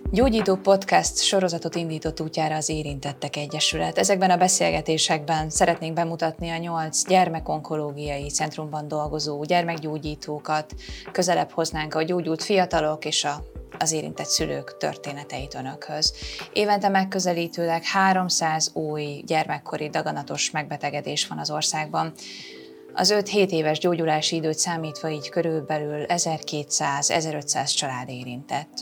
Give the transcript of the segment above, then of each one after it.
Gyógyító Podcast sorozatot indított útjára az Érintettek Egyesület. Ezekben a beszélgetésekben szeretnénk bemutatni a 8 gyermekonkológiai centrumban dolgozó gyermekgyógyítókat, közelebb hoznánk a gyógyult fiatalok és az érintett szülők történeteit önökhöz. Évente megközelítőleg 300 új gyermekkori daganatos megbetegedés van az országban. Az 5-7 éves gyógyulási időt számítva így körülbelül 1200-1500 család érintett.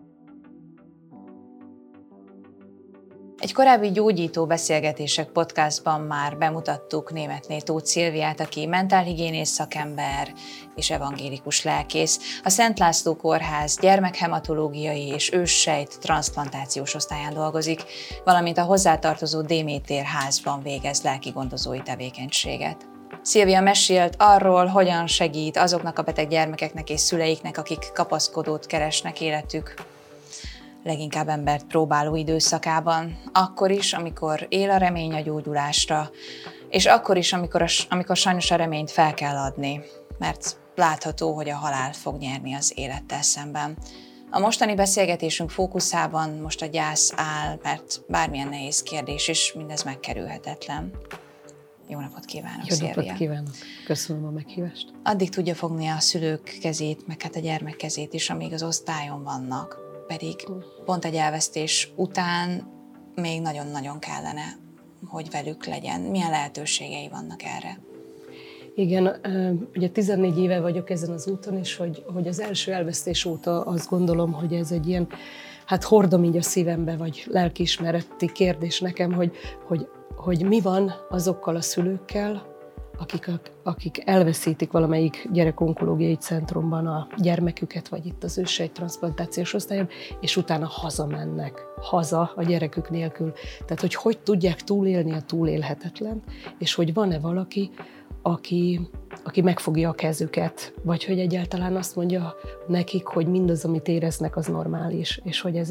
Egy korábbi Gyógyító Beszélgetések podcastban már bemutattuk Németné Tóth Szilviát, aki mentálhigiénész szakember és evangélikus lelkész. A Szent László Kórház gyermekhematológiai és őssejt transzplantációs osztályán dolgozik, valamint a hozzátartozó Démétér házban végez lelkigondozói tevékenységet. Szilvia mesélt arról, hogyan segít azoknak a beteg gyermekeknek és szüleiknek, akik kapaszkodót keresnek életük leginkább embert próbáló időszakában, akkor is, amikor él a remény a gyógyulásra, és akkor is, amikor sajnos a reményt fel kell adni, mert látható, hogy a halál fog nyerni az élettel szemben. A mostani beszélgetésünk fókuszában most a gyász áll, mert bármilyen nehéz kérdés is, mindez megkerülhetetlen. Jó napot kívánok, Szilvia! Jó napot kívánok! Köszönöm a meghívást! Addig tudja fogni a szülők kezét, meg hát a gyermek kezét is, amíg az osztályon vannak. Pedig pont egy elvesztés után még nagyon-nagyon kellene, hogy velük legyen. Milyen lehetőségei vannak erre? Igen, ugye 14 éve vagyok ezen az úton, és hogy az első elvesztés óta azt gondolom, hogy ez egy ilyen, hordom így a szívembe, vagy lelkiismereti kérdés nekem, hogy mi van azokkal a szülőkkel, akik elveszítik valamelyik gyerekonkológiai centrumban a gyermeküket, vagy itt az őssejt transzplantációs osztályon, és utána hazamennek, haza a gyerekük nélkül. Tehát, hogy tudják túlélni a túlélhetetlen, és hogy van-e valaki, aki megfogja a kezüket, vagy hogy egyáltalán azt mondja nekik, hogy mindaz, amit éreznek, az normális, és hogy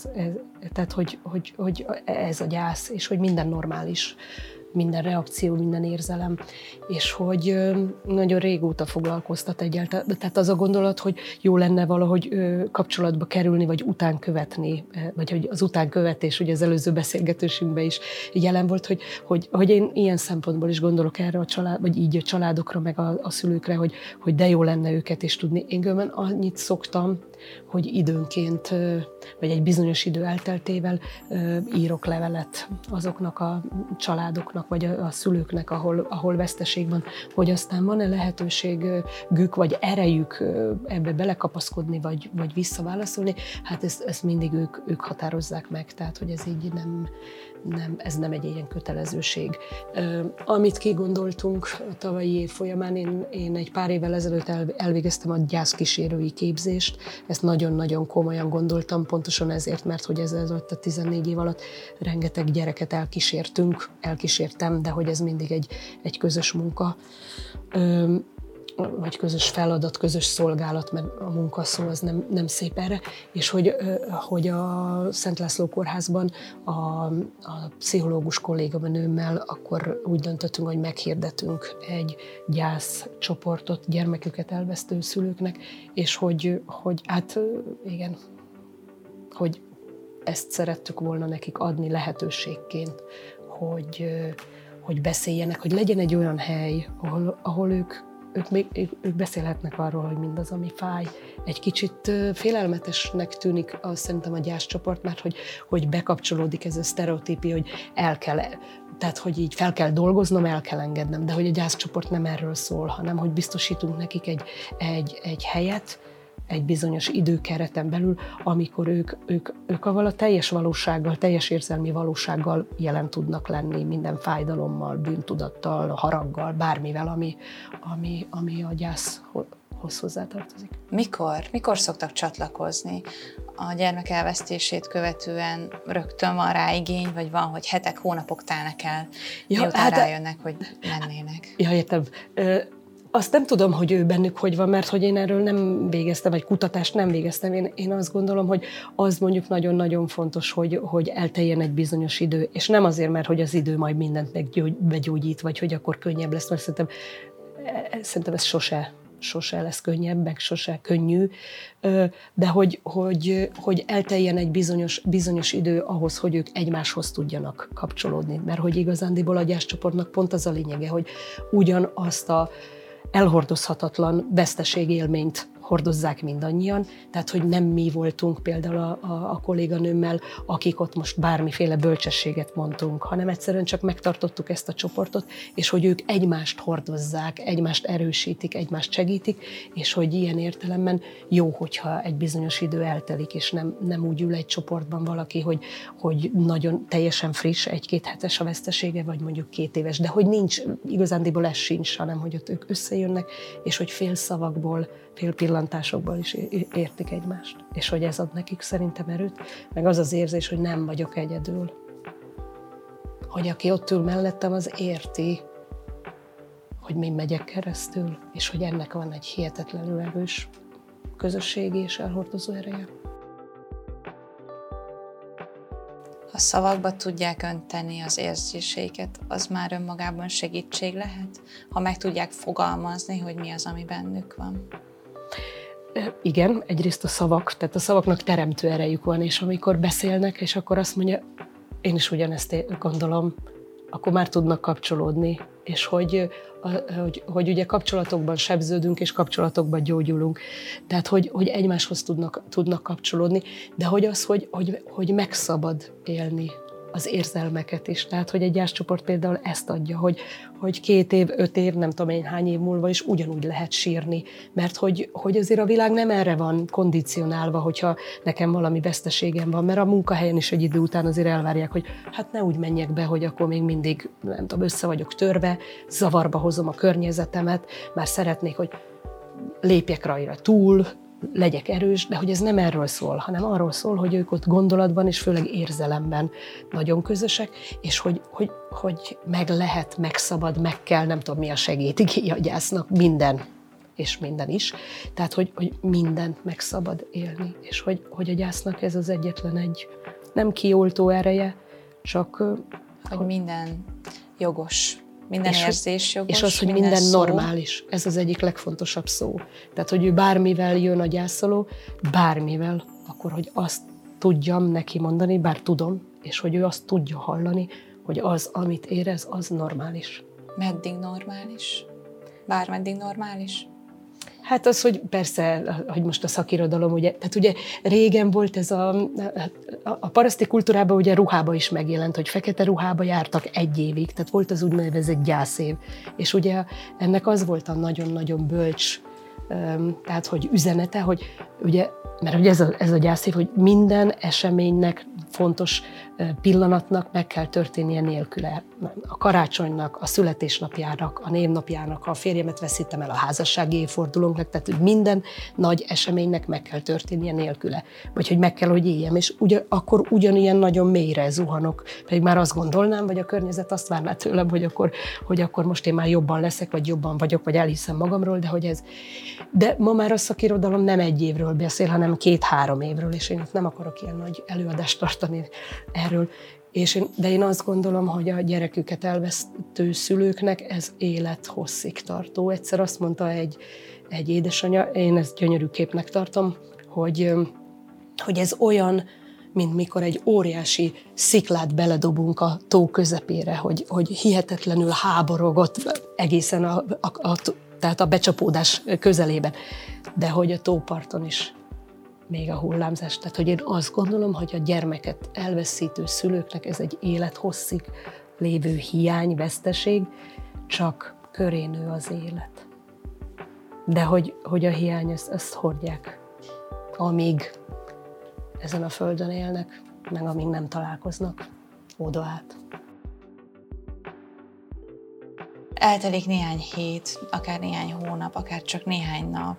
ez a gyász, és hogy minden normális, minden reakció, minden érzelem, és hogy nagyon régóta foglalkoztat egyáltalán. Tehát az a gondolat, hogy jó lenne valahogy kapcsolatba kerülni, vagy utánkövetni, vagy hogy az utánkövetés, ugye az előző beszélgetésünkben is jelen volt, hogy én ilyen szempontból is gondolok erre a család, vagy így a családokra, meg a szülőkre, hogy de jó lenne őket is tudni. Én különben annyit szoktam, hogy időnként, vagy egy bizonyos idő elteltével írok levelet azoknak a családoknak, vagy a szülőknek, ahol veszteség van, hogy aztán van-e lehetőségük, vagy erejük ebbe belekapaszkodni, vagy visszaválaszolni, ezt mindig ők határozzák meg, tehát hogy ez így ez nem egy ilyen kötelezőség. Amit kigondoltunk a tavalyi év folyamán, én egy pár évvel ezelőtt elvégeztem a gyászkísérői képzést. Ezt nagyon-nagyon komolyan gondoltam, pontosan ezért, mert hogy ez alatt a 14 év alatt rengeteg gyereket elkísértem, de hogy ez mindig egy közös munka, vagy közös feladat, közös szolgálat, mert a munka szó az nem szép erre, és hogy a Szent László Kórházban a pszichológus kolléganőmmel akkor úgy döntöttünk, hogy meghirdetünk egy gyászcsoportot gyermeküket elvesztő szülőknek, és hogy ezt szerettük volna nekik adni lehetőségként, hogy beszéljenek, hogy legyen egy olyan hely, ahol ők beszélhetnek arról, hogy mindaz, ami fáj. Egy kicsit félelmetesnek tűnik szerintem a gyászcsoport, mert hogy bekapcsolódik ez a sztereotípia, hogy tehát hogy így fel kell dolgoznom, el kell engednem, de hogy a gyászcsoport nem erről szól, hanem hogy biztosítunk nekik egy helyet, egy bizonyos időkereten belül, amikor ők avval a teljes valósággal, teljes érzelmi valósággal jelen tudnak lenni, minden fájdalommal, bűntudattal, haraggal, bármivel, ami a gyászhoz hozzátartozik. Mikor szoktak csatlakozni? A gyermek elvesztését követően rögtön van rá igény, vagy van, hogy hetek, hónapok telnek el, miután rájönnek, hogy mennének? Ja, értem. Azt nem tudom, hogy ő bennük hogy van, mert hogy én erről nem végeztem, vagy kutatást nem végeztem. Én azt gondolom, hogy az mondjuk nagyon-nagyon fontos, hogy elteljen egy bizonyos idő, és nem azért, mert hogy az idő majd mindent begyógyít, vagy hogy akkor könnyebb lesz, mert szerintem ez sose lesz könnyebb, meg sose könnyű, de hogy elteljen egy bizonyos idő ahhoz, hogy ők egymáshoz tudjanak kapcsolódni. Mert hogy igazándiból a gyászcsoportnak pont az a lényege, hogy ugyanazt a elhordozhatatlan veszteségélményt hordozzák mindannyian, tehát hogy nem mi voltunk például a kolléganőmmel, akik ott most bármiféle bölcsességet mondtunk, hanem egyszerűen csak megtartottuk ezt a csoportot, és hogy ők egymást hordozzák, egymást erősítik, egymást segítik, és hogy ilyen értelemben jó, hogyha egy bizonyos idő eltelik, és nem úgy ül egy csoportban valaki, hogy nagyon teljesen friss, 1-2 hetes a vesztesége, vagy mondjuk 2 éves, de hogy nincs, igazándiból ez sincs, hanem hogy ott ők összejönnek, és hogy félszavakból, félpillantásokból is értik egymást. És hogy ez ad nekik szerintem erőt, meg az az érzés, hogy nem vagyok egyedül. Hogy aki ott ül mellettem, az érti, hogy mi megyek keresztül, és hogy ennek van egy hihetetlenül erős közösségi és elhordozó ereje. Ha szavakba tudják önteni az érzéseiket, az már önmagában segítség lehet? Ha meg tudják fogalmazni, hogy mi az, ami bennük van? Igen, egyrészt a szavak, tehát a szavaknak teremtő erejük van, és amikor beszélnek, és akkor azt mondja, én is ugyanezt gondolom, akkor már tudnak kapcsolódni, és hogy ugye kapcsolatokban sebződünk, és kapcsolatokban gyógyulunk. Tehát, hogy egymáshoz tudnak kapcsolódni, de hogy megszabad élni az érzelmeket is. Tehát, hogy egy gyászcsoport például ezt adja, hogy 2 év, 5 év, nem tudom én hány év múlva is ugyanúgy lehet sírni. Mert hogy azért a világ nem erre van kondicionálva, hogyha nekem valami veszteségem van, mert a munkahelyen is egy idő után azért elvárják, hogy hát ne úgy menjek be, hogy akkor még mindig, nem tudom, össze vagyok törve, zavarba hozom a környezetemet, már szeretnék, hogy lépjek rajta túl, legyek erős, de hogy ez nem erről szól, hanem arról szól, hogy ők ott gondolatban és főleg érzelemben nagyon közösek, és hogy meg lehet, meg szabad, meg kell, nem tudom mi a segédigény a gyásznak, minden, és minden is. Tehát, hogy mindent meg szabad élni, és hogy a gyásznak ez az egyetlen egy nem kioltó ereje, csak... Hogy minden jogos. Minden érzés jogos, és az, hogy minden normális. Ez az egyik legfontosabb szó. Tehát, hogy ő bármivel jön a gyászoló, bármivel, akkor, hogy azt tudjam neki mondani, bár tudom, és hogy ő azt tudja hallani, hogy az, amit érez, az normális. Meddig normális? Bármeddig normális? Hát az, hogy persze, hogy most a szakirodalom, ugye, tehát ugye régen volt ez a paraszti kultúrában ugye ruhába is megjelent, hogy fekete ruhába jártak 1 évig, tehát volt az úgynevezett gyászév. És ugye ennek az volt a nagyon-nagyon bölcs, tehát hogy üzenete, hogy ugye, mert ugye ez a gyászév, hogy minden eseménynek, fontos pillanatnak meg kell történnie nélküle. A karácsonynak, a születésnapjának, a névnapjának, ha a férjemet veszítem el, a házassági évfordulónknak, tehát hogy minden nagy eseménynek meg kell történnie nélküle. Vagy hogy meg kell, hogy éljem. És akkor ugyanilyen nagyon mélyre zuhanok. Pedig már azt gondolnám, vagy a környezet azt várná tőlem, hogy akkor most én már jobban leszek, vagy jobban vagyok, vagy elhiszem magamról, de hogy ez... De ma már a szakirodalom nem 1 évről beszél, hanem 2-3 évről, és én itt nem akarok ilyen nagy előadást tartani erről. De én azt gondolom, hogy a gyereküket elvesztő szülőknek ez élethosszig tartó. Egyszer azt mondta egy édesanyja, én ezt gyönyörű képnek tartom, hogy ez olyan, mint mikor egy óriási sziklát beledobunk a tó közepére, hogy hihetetlenül háborogott egészen tehát a becsapódás közelében, de hogy a tóparton is még a hullámzás. Tehát, hogy én azt gondolom, hogy a gyermeket elveszítő szülőknek ez egy élethosszig lévő hiány, veszteség, csak köré nő az élet. De hogy a hiány, ezt hordják, amíg ezen a földön élnek, meg amíg nem találkoznak oda át. Eltelik néhány hét, akár néhány hónap, akár csak néhány nap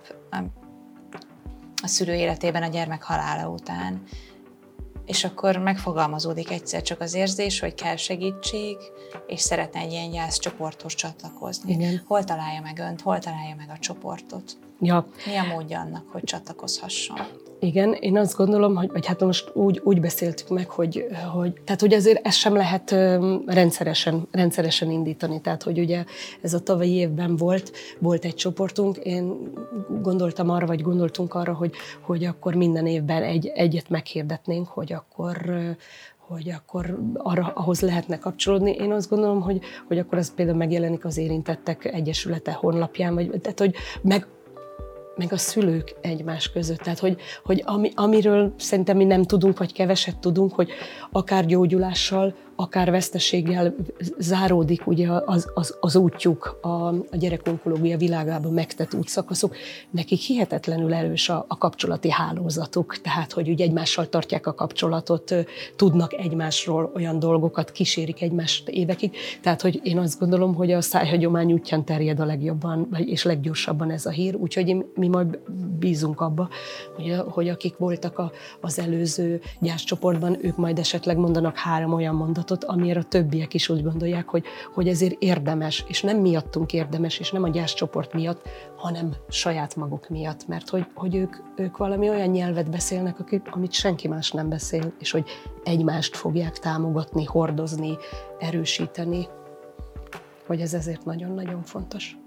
a szülő életében a gyermek halála után, és akkor megfogalmazódik egyszer csak az érzés, hogy kell segítség, és szeretne egy ilyen gyászcsoporthoz csatlakozni. Igen. Hol találja meg önt, hol találja meg a csoportot? Ja. Mi a módja annak, hogy csatlakozhasson? Igen, én azt gondolom, hogy hát most úgy beszéltük meg, tehát, hogy azért ezt sem lehet rendszeresen indítani. Tehát, hogy ugye ez a tavalyi évben volt egy csoportunk, én gondoltunk arra, hogy akkor minden évben egyet meghirdetnénk, hogy akkor ahhoz lehetne kapcsolódni. Én azt gondolom, hogy akkor az például megjelenik az Érintettek Egyesülete honlapján, tehát, hogy meg a szülők egymás között. Tehát, hogy amiről szerintem mi nem tudunk, vagy keveset tudunk, hogy akár gyógyulással, akár veszteséggel záródik ugye az útjuk a gyerekonkológia világában megtett útszakaszok. Nekik hihetetlenül erős a kapcsolati hálózatuk, tehát hogy ugye egymással tartják a kapcsolatot, tudnak egymásról olyan dolgokat, kísérik egymást évekig. Tehát, hogy én azt gondolom, hogy a szájhagyomány útján terjed a legjobban, és leggyorsabban ez a hír, úgyhogy mi majd bízunk abba, hogy akik voltak az előző gyászcsoportban, ők majd esetleg mondanak 3 olyan mondatot, amire a többiek is úgy gondolják, hogy ezért érdemes, és nem miattunk érdemes, és nem a gyászcsoport miatt, hanem saját maguk miatt, mert hogy ők valami olyan nyelvet beszélnek, amit senki más nem beszél, és hogy egymást fogják támogatni, hordozni, erősíteni, hogy ez ezért nagyon-nagyon fontos.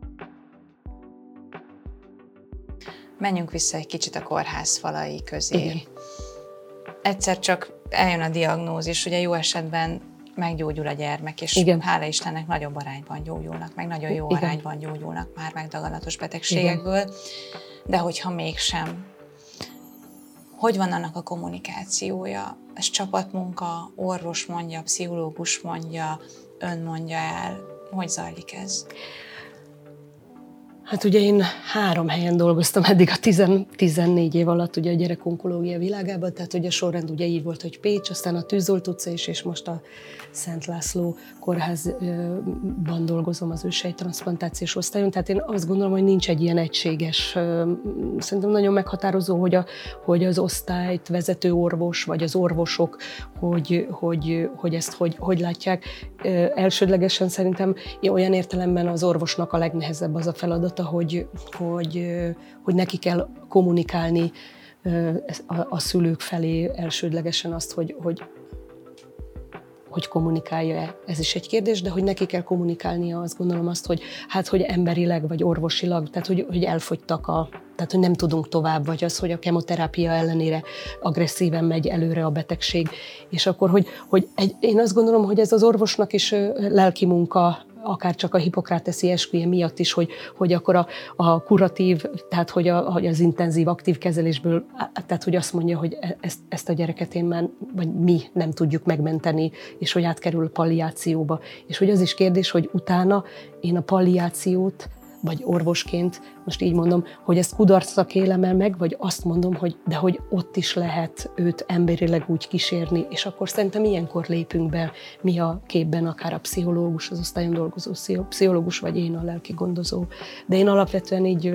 Menjünk vissza egy kicsit a kórház falai közé. Igen. Egyszer csak eljön a diagnózis, ugye jó esetben meggyógyul a gyermek, és igen. hála Istennek nagyobb arányban gyógyulnak, meg nagyon jó igen. arányban gyógyulnak már megdaganatos betegségekből, igen. De hogyha mégsem, hogy van annak a kommunikációja? Ez csapatmunka, orvos mondja, pszichológus mondja, ön mondja el, hogy zajlik ez? Hát ugye én 3 helyen dolgoztam eddig a 14 év alatt ugye a gyerekonkológia világában, tehát ugye a sorrend ugye így volt, hogy Pécs, aztán a Tűzolt utca is, és most a Szent László kórházban dolgozom az őssejttranszplantációs osztályon, tehát én azt gondolom, hogy nincs egy ilyen egységes, szerintem nagyon meghatározó, hogy az osztályt vezető orvos, vagy az orvosok, hogy ezt hogy látják. Elsődlegesen szerintem olyan értelemben az orvosnak a legnehezebb az a feladata, hogy neki kell kommunikálni a szülők felé elsődlegesen azt, hogy kommunikálja-e. Ez is egy kérdés, de hogy neki kell kommunikálnia, azt gondolom azt, hogy emberileg vagy orvosilag, tehát hogy elfogytak tehát hogy nem tudunk tovább, vagy az, hogy a kemoterápia ellenére agresszíven megy előre a betegség. És akkor, én azt gondolom, hogy ez az orvosnak is lelki munka, akár csak a hipokráteszi esküje miatt is, hogy akkor a kuratív, tehát hogy az intenzív, aktív kezelésből, tehát hogy azt mondja, hogy ezt a gyereket én már, vagy mi nem tudjuk megmenteni, és hogy átkerül a palliációba. És hogy az is kérdés, hogy utána én a palliációt, vagy orvosként, most így mondom, hogy ezt kudarcnak élem el meg, vagy azt mondom, hogy ott is lehet őt emberileg úgy kísérni, és akkor szerintem ilyenkor lépünk be mi a képben, akár a pszichológus, az osztályon dolgozó pszichológus, vagy én a lelki gondozó. De én alapvetően így,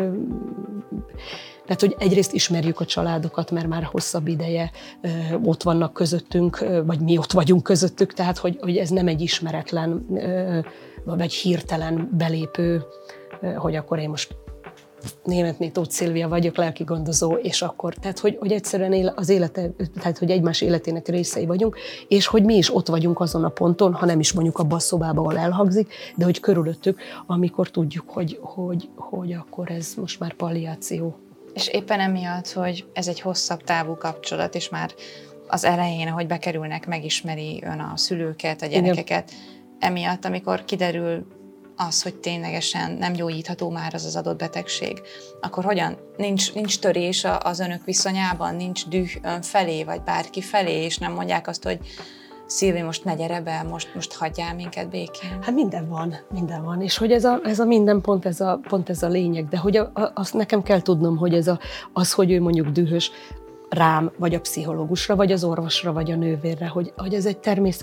tehát hogy egyrészt ismerjük a családokat, mert már hosszabb ideje ott vannak közöttünk, vagy mi ott vagyunk közöttük, tehát hogy ez nem egy ismeretlen, vagy hirtelen belépő, hogy akkor én most Németné Tóth Szilvia vagyok, lelki gondozó, és akkor, tehát hogy egyszerűen az élete, tehát hogy egymás életének részei vagyunk, és hogy mi is ott vagyunk azon a ponton, ha nem is mondjuk abban a szobában, ahol elhangzik, de hogy körülöttük, amikor tudjuk, hogy akkor ez most már palliáció. És éppen emiatt, hogy ez egy hosszabb távú kapcsolat, és már az elején, ahogy bekerülnek, megismeri ön a szülőket, a gyerekeket, emiatt, amikor kiderül az, hogy ténylegesen nem gyógyítható már az adott betegség, akkor hogyan? Nincs törés az önök viszonyában, nincs düh ön felé, vagy bárki felé, és nem mondják azt, hogy Szilvi, most ne gyere be, most hagyjál minket békén. Hát minden van, és hogy ez a minden pont ez a lényeg, de hogy azt nekem kell tudnom, hogy az, hogy ő mondjuk dühös, rám, vagy a pszichológusra, vagy az orvosra, vagy a nővérre, hogy ez egy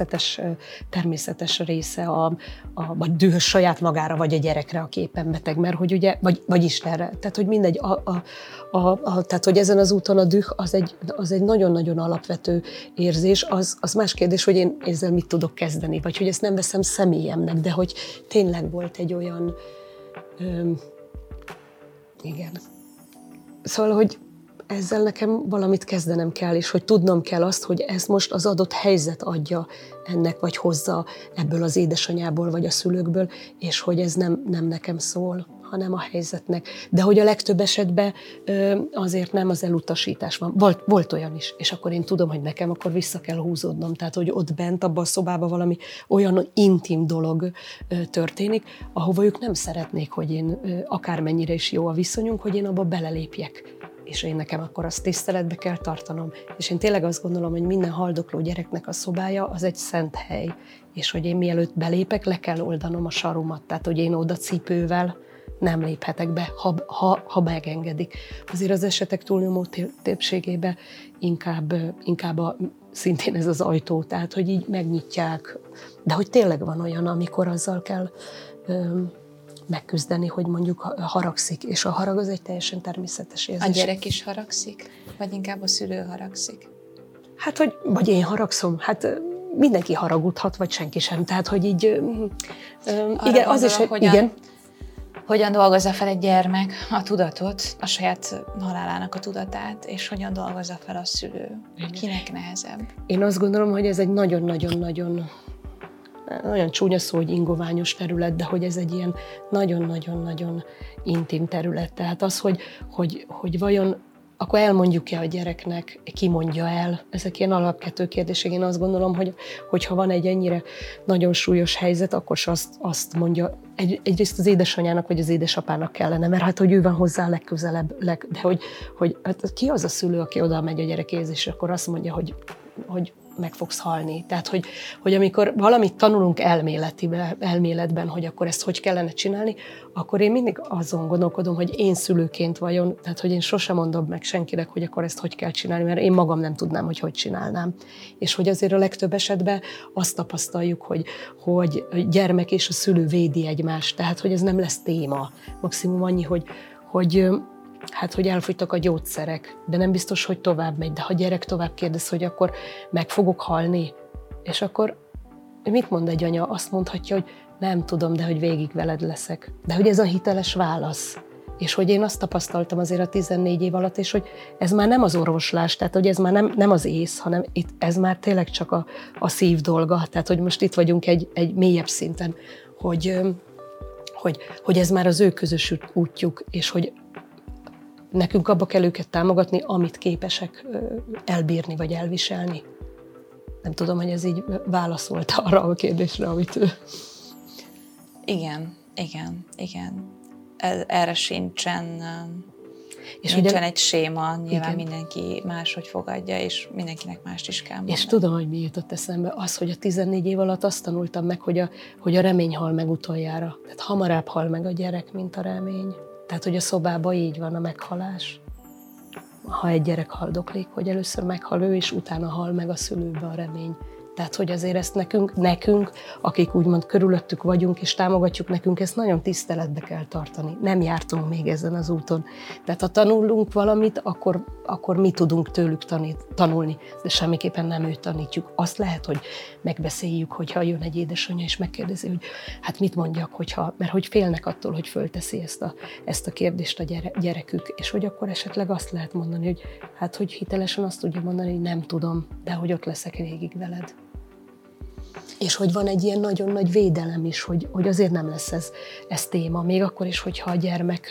természetes része vagy dühös saját magára, vagy a gyerekre, aki éppen beteg, mert hogy ugye, vagy Istenre. Tehát, hogy mindegy, tehát, hogy ezen az úton a düh az egy nagyon-nagyon alapvető érzés, az más kérdés, hogy én ezzel mit tudok kezdeni, vagy hogy ezt nem veszem személyemnek, de hogy tényleg volt egy olyan, igen. Szóval, hogy ezzel nekem valamit kezdenem kell, és hogy tudnom kell azt, hogy ezt most az adott helyzet adja ennek, vagy hozza ebből az édesanyából, vagy a szülőkből, és hogy ez nem nekem szól, hanem a helyzetnek. De hogy a legtöbb esetben azért nem az elutasítás van. Volt olyan is, és akkor én tudom, hogy nekem akkor vissza kell húzódnom. Tehát, hogy ott bent, abban a szobában valami olyan intim dolog történik, ahova ők nem szeretnék, hogy én akármennyire is jó a viszonyunk, hogy én abba belelépjek. És én nekem akkor azt tiszteletbe kell tartanom. És én tényleg azt gondolom, hogy minden haldokló gyereknek a szobája az egy szent hely. És hogy én mielőtt belépek, le kell oldanom a saromat. Tehát, hogy én oda cipővel nem léphetek be, ha megengedik. Azért az esetek túlnyomó többségében inkább szintén ez az ajtó, tehát hogy így megnyitják. De hogy tényleg van olyan, amikor azzal kell megküzdeni, hogy mondjuk haragszik, és a harag az egy teljesen természetes érzés. A gyerek is haragszik? Vagy inkább a szülő haragszik? Hát, vagy én haragszom, hát mindenki haragudhat, vagy senki sem. Tehát, hogy így... igen, az is, igen. Hogyan dolgozza fel egy gyermek a tudatot, a saját halálának a tudatát, és hogyan dolgozza fel a szülő? Kinek nehezebb? Én azt gondolom, hogy ez egy nagyon-nagyon-nagyon olyan csúnya szó, hogy ingoványos terület, de hogy ez egy ilyen nagyon-nagyon-nagyon intim terület. Tehát az, hogy vajon akkor elmondjuk-e a gyereknek, ki mondja el? Ezek ilyen alapvető kérdések. Én azt gondolom, hogy ha van egy ennyire nagyon súlyos helyzet, akkor se azt mondja, egyrészt az édesanyának vagy az édesapának kellene, mert hát, hogy ő van hozzá legközelebb, de hogy hát ki az a szülő, aki oda megy a gyerekéhez, és akkor azt mondja, hogy meg fogsz halni. Tehát, hogy amikor valamit tanulunk elméletben, hogy akkor ezt hogy kellene csinálni, akkor én mindig azon gondolkodom, hogy én szülőként vajon, tehát, hogy én sosem mondom meg senkinek, hogy akkor ezt hogy kell csinálni, mert én magam nem tudnám, hogy csinálnám. És hogy azért a legtöbb esetben azt tapasztaljuk, hogy gyermek és a szülő védi egymást, tehát, hogy ez nem lesz téma. Maximum annyi, hogy elfogytak a gyógyszerek, de nem biztos, hogy tovább megy. De ha a gyerek tovább kérdez, hogy akkor meg fogok halni, és akkor mit mond egy anya? Azt mondhatja, hogy nem tudom, de hogy végig veled leszek. De hogy ez a hiteles válasz. És hogy én azt tapasztaltam azért a 14 év alatt, és hogy ez már nem az orvoslás, tehát hogy ez már nem az ész, hanem ez már tényleg csak a szív dolga. Tehát, hogy most itt vagyunk egy mélyebb szinten, hogy ez már az ő közös útjuk, és hogy nekünk abba kell őket támogatni, amit képesek elbírni vagy elviselni. Nem tudom, hogy ez így válaszolt arra a kérdésre, amit ő... Igen. Erre sincsen egy séma, nyilván igen. Mindenki máshogy fogadja, és mindenkinek mást is kell mondani. És tudom, hogy mi jutott eszembe. Az, hogy a 14 év alatt azt tanultam meg, hogy a remény hal meg utoljára. Tehát hamarabb hal meg a gyerek, mint a remény. Tehát, hogy a szobában így van a meghalás. Ha egy gyerek haldoklik, hogy először meghal ő, és utána hal meg a szülőbe a remény. Tehát, hogy azért ezt nekünk, akik úgymond körülöttük vagyunk, és támogatjuk, nekünk ezt nagyon tiszteletbe kell tartani. Nem jártunk még ezen az úton. Tehát, ha tanulunk valamit, akkor mi tudunk tőlük tanulni, de semmiképpen nem őt tanítjuk. Azt lehet, hogy megbeszéljük, hogyha jön egy édesanyja, és megkérdezi, hogy hát mit mondjak, mert hogy félnek attól, hogy fölteszi ezt a kérdést a gyerekük, és hogy akkor esetleg azt lehet mondani, hogy hát, hogy hitelesen azt tudja mondani, hogy nem tudom, de hogy ott leszek végig veled. És hogy van egy ilyen nagyon nagy védelem is, hogy azért nem lesz ez téma, még akkor is, hogyha a gyermek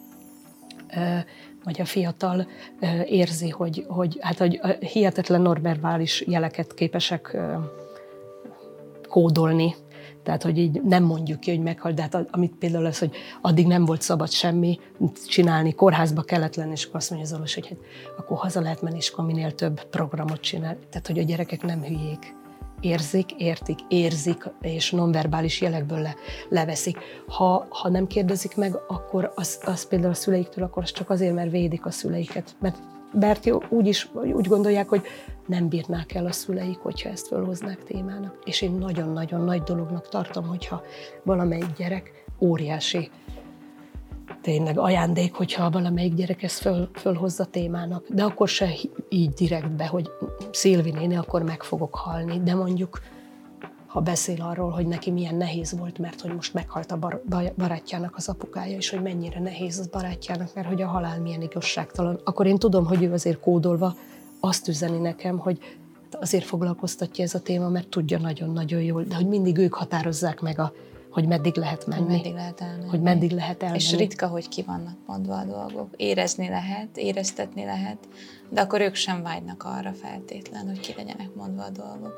vagy a fiatal érzi, hogy hihetetlen nonverbális jeleket képesek kódolni. Tehát, hogy így nem mondjuk ki, hogy meghal, de hát amit például az, hogy addig nem volt szabad semmi csinálni, kórházba kellett lenni, és akkor azt mondja az orvos, hogy hát akkor haza lehet menni, és akkor minél több programot csinál. Tehát, hogy a gyerekek nem hülyék. Érzik, és nonverbális jelekből leveszik. Ha nem kérdezik meg, akkor az például a szüleiktől, akkor az csak azért, mert védik a szüleiket. Mert úgy gondolják, hogy nem bírnák el a szüleik, hogyha ezt fölhoznák témának. És én nagyon-nagyon nagy dolognak tartom, hogyha valamelyik gyerek óriási tényleg ajándék, hogyha valamelyik gyerek ezt fölhozza témának. De akkor se így direktbe, hogy Szilvi néni, akkor meg fogok halni. De mondjuk ha beszél arról, hogy neki milyen nehéz volt, mert hogy most meghalt a barátjának az apukája, és hogy mennyire nehéz az barátjának, mert hogy a halál milyen igazságtalan, akkor én tudom, hogy ő azért kódolva azt üzeni nekem, hogy azért foglalkoztatja ez a téma, mert tudja nagyon-nagyon jól, de hogy mindig ők határozzák meg, hogy meddig lehet menni. Meddig lehet elmenni. Hogy meddig lehet elmenni. És ritka, hogy ki vannak mondva a dolgok. Érezni lehet, éreztetni lehet, de akkor ők sem vágynak arra feltétlen, hogy ki legyenek mondva a dolgok.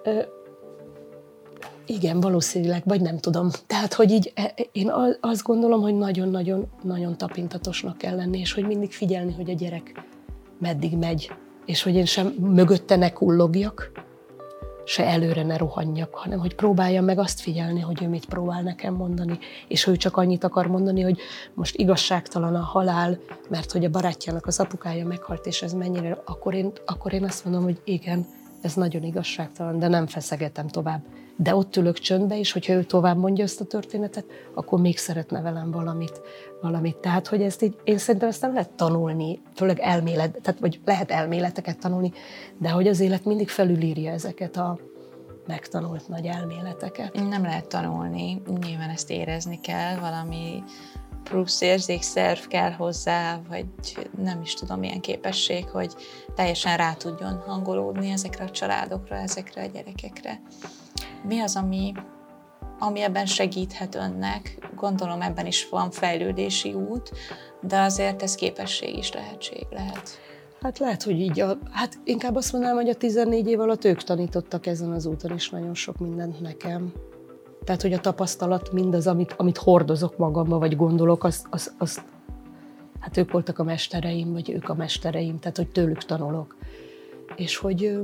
Igen, valószínűleg, vagy nem tudom. Tehát, hogy így én azt gondolom, hogy nagyon-nagyon tapintatosnak kell lenni, és hogy mindig figyelni, hogy a gyerek meddig megy, és hogy én sem mögötte ne kullogjak, se előre ne rohanjak, hanem hogy próbáljam meg azt figyelni, hogy ő mit próbál nekem mondani, és ő csak annyit akar mondani, hogy most igazságtalan a halál, mert hogy a barátjának az apukája meghalt, és ez mennyire, akkor én azt mondom, hogy igen, ez nagyon igazságtalan, de nem feszegetem tovább. De ott ülök csöndbe, és hogyha ő tovább mondja ezt a történetet, akkor még szeretne velem valamit. Tehát, hogy ezt így, én szerintem ezt nem lehet tanulni, főleg elmélet, tehát vagy lehet elméleteket tanulni, de hogy az élet mindig felülírja ezeket a megtanult nagy elméleteket. Nem lehet tanulni, nyilván ezt érezni kell, valami plusz érzékszerv kell hozzá, vagy nem is tudom, milyen képesség, hogy teljesen rá tudjon hangolódni ezekre a családokra, ezekre a gyerekekre. Mi az, ami ebben segíthet önnek? Gondolom, ebben is van fejlődési út, de azért ez képesség is lehet. Hát lehet, hogy így, hát inkább azt mondanám, hogy a 14 év alatt ők tanítottak ezen az úton is nagyon sok mindent nekem. Tehát, hogy a tapasztalat, mindaz, amit hordozok magamba, vagy gondolok, hát ők voltak a mestereim, vagy ők a mestereim, tehát, hogy tőlük tanulok. És hogy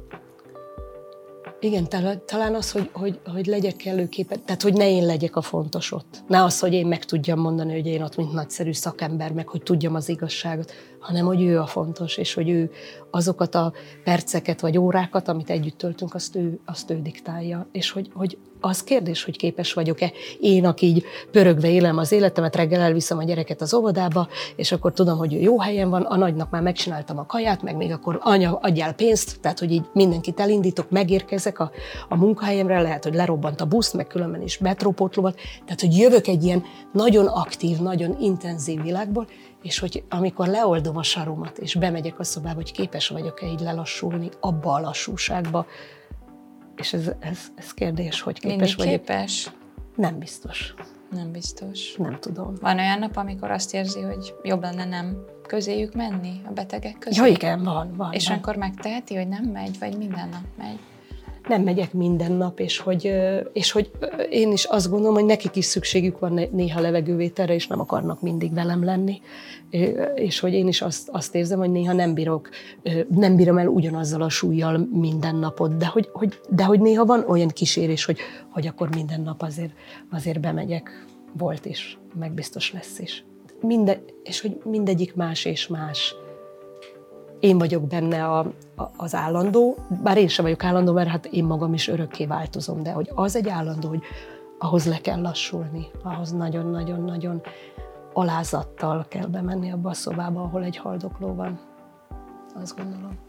igen, talán az, hogy legyek előképpen, tehát hogy ne én legyek a fontos ott. Ne az, hogy én meg tudjam mondani, hogy én ott mint nagyszerű szakember, meg hogy tudjam az igazságot, hanem hogy ő a fontos, és hogy ő azokat a perceket vagy órákat, amit együtt töltünk, azt ő diktálja. És hogy az kérdés, hogy képes vagyok-e én, aki így pörögve élem az életemet, reggel elviszem a gyereket az óvodába, és akkor tudom, hogy ő jó helyen van, a nagynak már megcsináltam a kaját, meg még akkor anya, adjál pénzt, tehát hogy így mindenkit elindítok, megérkezek a munkahelyemre, lehet, hogy lerobbant a busz, meg különben is metrópótlóval, tehát hogy jövök egy ilyen nagyon aktív, nagyon intenzív világból, és hogy amikor leoldom a saromat, és bemegyek a szobába, hogy képes vagyok-e így lelassulni abba a lassúságba, és ez kérdés, hogy képes vagyok. Képes? Nem biztos. Nem biztos. Nem tudom. Van olyan nap, amikor azt érzi, hogy jobb lenne nem közéjük menni a betegek közé? Ja, igen, van. És akkor megteheti, hogy nem megy, vagy minden nap megy? Nem megyek minden nap, és hogy én is azt gondolom, hogy nekik is szükségük van néha levegővételre, és nem akarnak mindig velem lenni. És hogy én is azt érzem, hogy néha nem bírom el ugyanazzal a súlyjal minden napot, de hogy néha van olyan kísérés, hogy akkor minden nap azért bemegyek. Volt is, meg biztos lesz is. És hogy mindegyik más és más. Én vagyok benne az állandó, bár én sem vagyok állandó, mert hát én magam is örökké változom, de hogy az egy állandó, hogy ahhoz le kell lassulni, ahhoz nagyon-nagyon-nagyon alázattal kell bemenni abba a szobába, ahol egy haldokló van. Azt gondolom.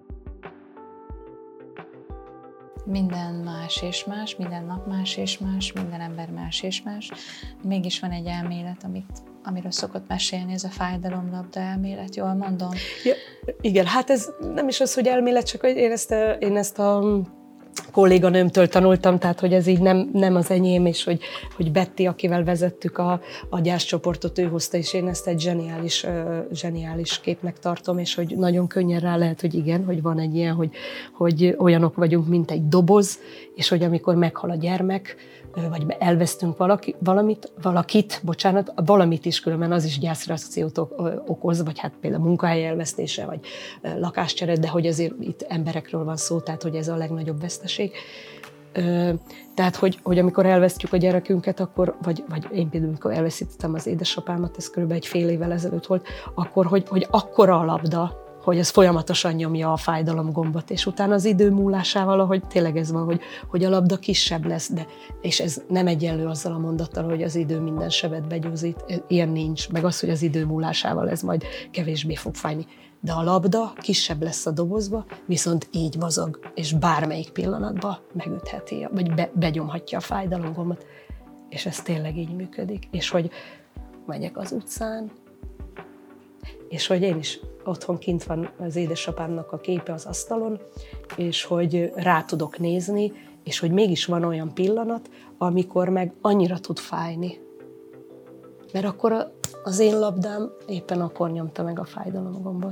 Minden más és más, minden nap más és más, minden ember más és más. Mégis van egy elmélet, amiről szokott mesélni, ez a fájdalomlabda elmélet, jól mondom? Ja, igen, hát ez nem is az, hogy elmélet, csak hogy én ezt a kolléganőmtől tanultam, tehát hogy ez így nem az enyém, és hogy Betty, akivel vezettük a gyászcsoportot, ő hozta, és én ezt egy zseniális képnek tartom, és hogy nagyon könnyen rá lehet, hogy igen, hogy van egy ilyen, hogy olyanok vagyunk, mint egy doboz, és hogy amikor meghal a gyermek, vagy elvesztünk valamit is, különben az is gyászreakciót okoz, vagy hát például munkahely elvesztése, vagy lakáscsere, de hogy azért itt emberekről van szó, tehát hogy ez a legnagyobb veszteség. Tehát, hogy amikor elvesztjük a gyerekünket, akkor, vagy én például, amikor elveszítettem az édesapámat, ez körülbelül egy fél évvel ezelőtt volt, akkor, hogy akkora a labda, hogy ez folyamatosan nyomja a fájdalomgombot, és utána az idő múlásával, ahogy tényleg ez van, hogy a labda kisebb lesz, és ez nem egyenlő azzal a mondattal, hogy az idő minden sebet begyógyít, ilyen nincs, meg az, hogy az idő múlásával ez majd kevésbé fog fájni. De a labda kisebb lesz a dobozba, viszont így mozog, és bármelyik pillanatban megütheti, vagy begyomhatja a fájdalomgombot, és ez tényleg így működik. És hogy megyek az utcán, és hogy én is otthon kint van az édesapámnak a képe az asztalon, és hogy rá tudok nézni, és hogy mégis van olyan pillanat, amikor meg annyira tud fájni. Mert akkor az én labdám éppen akkor nyomta meg a fájdalomgombot.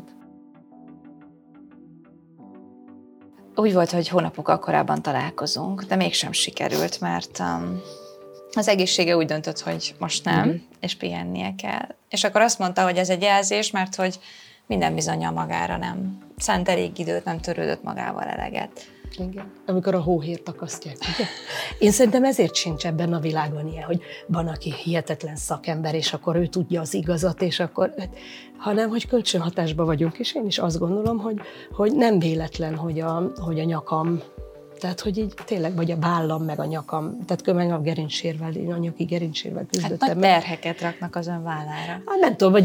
Úgy volt, hogy hónapokkal korábban találkozunk, de mégsem sikerült, mert az egészsége úgy döntött, hogy most nem, és pihennie kell. És akkor azt mondta, hogy ez egy jelzés, mert hogy minden bizonnyal magára nem szánt elég időt, nem törődött magával eleget. Igen. Amikor a hóhért akasztják, ugye? Én szerintem ezért sincs ebben a világon ilyen, hogy van, aki hihetetlen szakember, és akkor ő tudja az igazat, és akkor, hanem, hogy kölcsönhatásban vagyunk, és én is azt gondolom, hogy nem véletlen, hogy a nyakam, tehát, hogy így tényleg, vagy a vállam, meg a nyakam, tehát meg a gerincsérvel, én a nyaki gerincsérvel küzdöttem. Hát nagy terheket raknak az ön vállára. Hát nem tudom,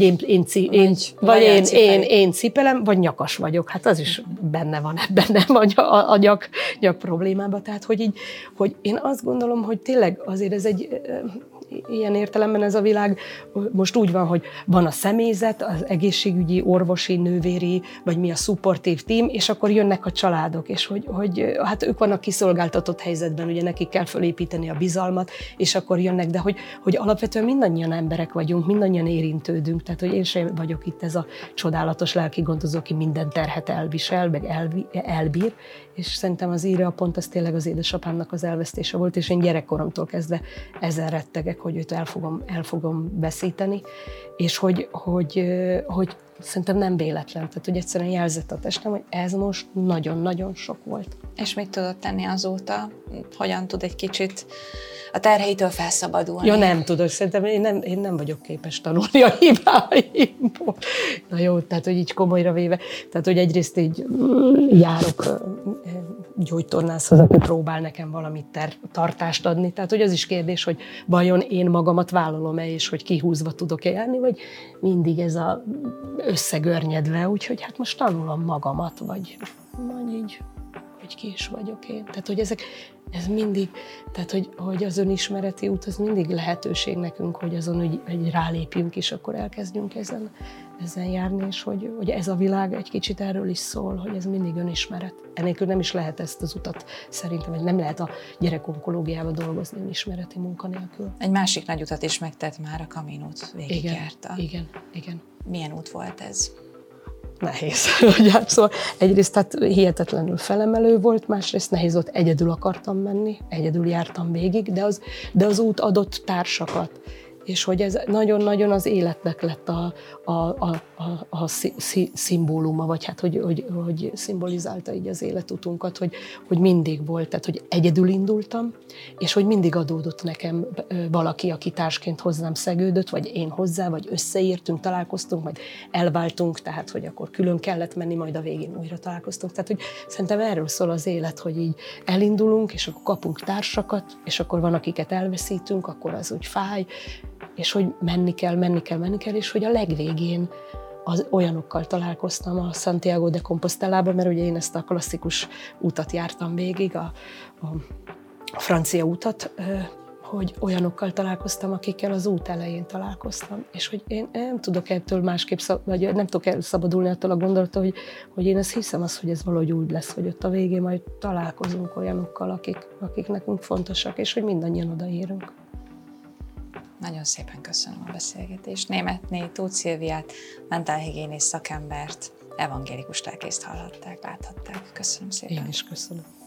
vagy én cipelem, vagy nyakas vagyok. Hát az is benne van ebben, nem a nyak problémában. Tehát, hogy én azt gondolom, hogy tényleg azért ez egy ilyen értelemben ez a világ most úgy van, hogy van a személyzet, az egészségügyi, orvosi, nővéri, vagy mi a szupportív tím, és akkor jönnek a családok, és hogy hát ők vannak kiszolgáltatott helyzetben, ugye nekik kell fölépíteni a bizalmat, és akkor jönnek, de hogy alapvetően mindannyian emberek vagyunk, mindannyian érintődünk, tehát hogy én sem vagyok itt ez a csodálatos lelki gondozó, aki minden terhet elvisel, meg elbír, és szerintem az írja pont az tényleg az édesapámnak az elvesztése volt, és én gyerekkoromtól kezdve ezen rettegek, hogy őt el fogom veszíteni, és hogy szerintem nem véletlen, tehát hogy egyszerűen jelzett a testem, hogy ez most nagyon-nagyon sok volt. És mit tudott tenni azóta? Hogyan tud egy kicsit a terheitől felszabadulni? Ja, nem tudok, szerintem én nem vagyok képes tanulni a hibáimból. Na jó, tehát hogy így komolyra véve, tehát hogy egyrészt így járok gyógytornászhoz, aki próbál nekem valamit tartást adni, tehát hogy az is kérdés, hogy vajon én magamat vállalom-e, és hogy kihúzva tudok-e járni, vagy mindig ez a összegörnyedve, úgyhogy hát most tanulom magamat, vagy így, hogy ki is vagyok én. Tehát, hogy ez mindig, tehát, hogy az önismereti út, az mindig lehetőség nekünk, hogy azon, hogy rálépjünk, és akkor elkezdjünk ezen járni, és hogy ez a világ egy kicsit erről is szól, hogy ez mindig önismeret. Enélkül nem is lehet ezt az utat szerintem, hogy nem lehet a gyerekonkológiában dolgozni önismereti munka nélkül. Egy másik nagy utat is megtett már, a Caminót végigjárta. Igen. Milyen út volt ez? Nehéz. Szóval egyrészt hát hihetetlenül felemelő volt, másrészt nehéz volt, egyedül akartam menni, egyedül jártam végig, de az út adott társakat. És hogy ez nagyon-nagyon az életnek lett a szimbóluma, vagy hát hogy szimbolizálta így az életutunkat, hogy mindig volt, tehát hogy egyedül indultam, és hogy mindig adódott nekem valaki, aki társként hozzám szegődött, vagy én hozzá, vagy összeértünk, találkoztunk, majd elváltunk, tehát hogy akkor külön kellett menni, majd a végén újra találkoztunk. Tehát hogy szerintem erről szól az élet, hogy így elindulunk, és akkor kapunk társakat, és akkor van, akiket elveszítünk, akkor az úgy fáj, és hogy menni kell, és hogy a legvégén az olyanokkal találkoztam a Santiago de Compostelában, mert ugye én ezt a klasszikus utat jártam végig, a francia utat, hogy olyanokkal találkoztam, akikkel az út elején találkoztam, és hogy én nem tudok ettől másképp, vagy nem tudok szabadulni attól a gondolattól, hogy én ezt hiszem hogy ez valahogy úgy lesz, hogy ott a végén majd találkozunk olyanokkal, akik nekünk fontosak, és hogy mindannyian odaérünk. Nagyon szépen köszönöm a beszélgetést. Németné Tóth Szilviát, mentálhigiénész szakembert, evangélikus lelkészt hallhatták, láthatták. Köszönöm szépen. Én is köszönöm.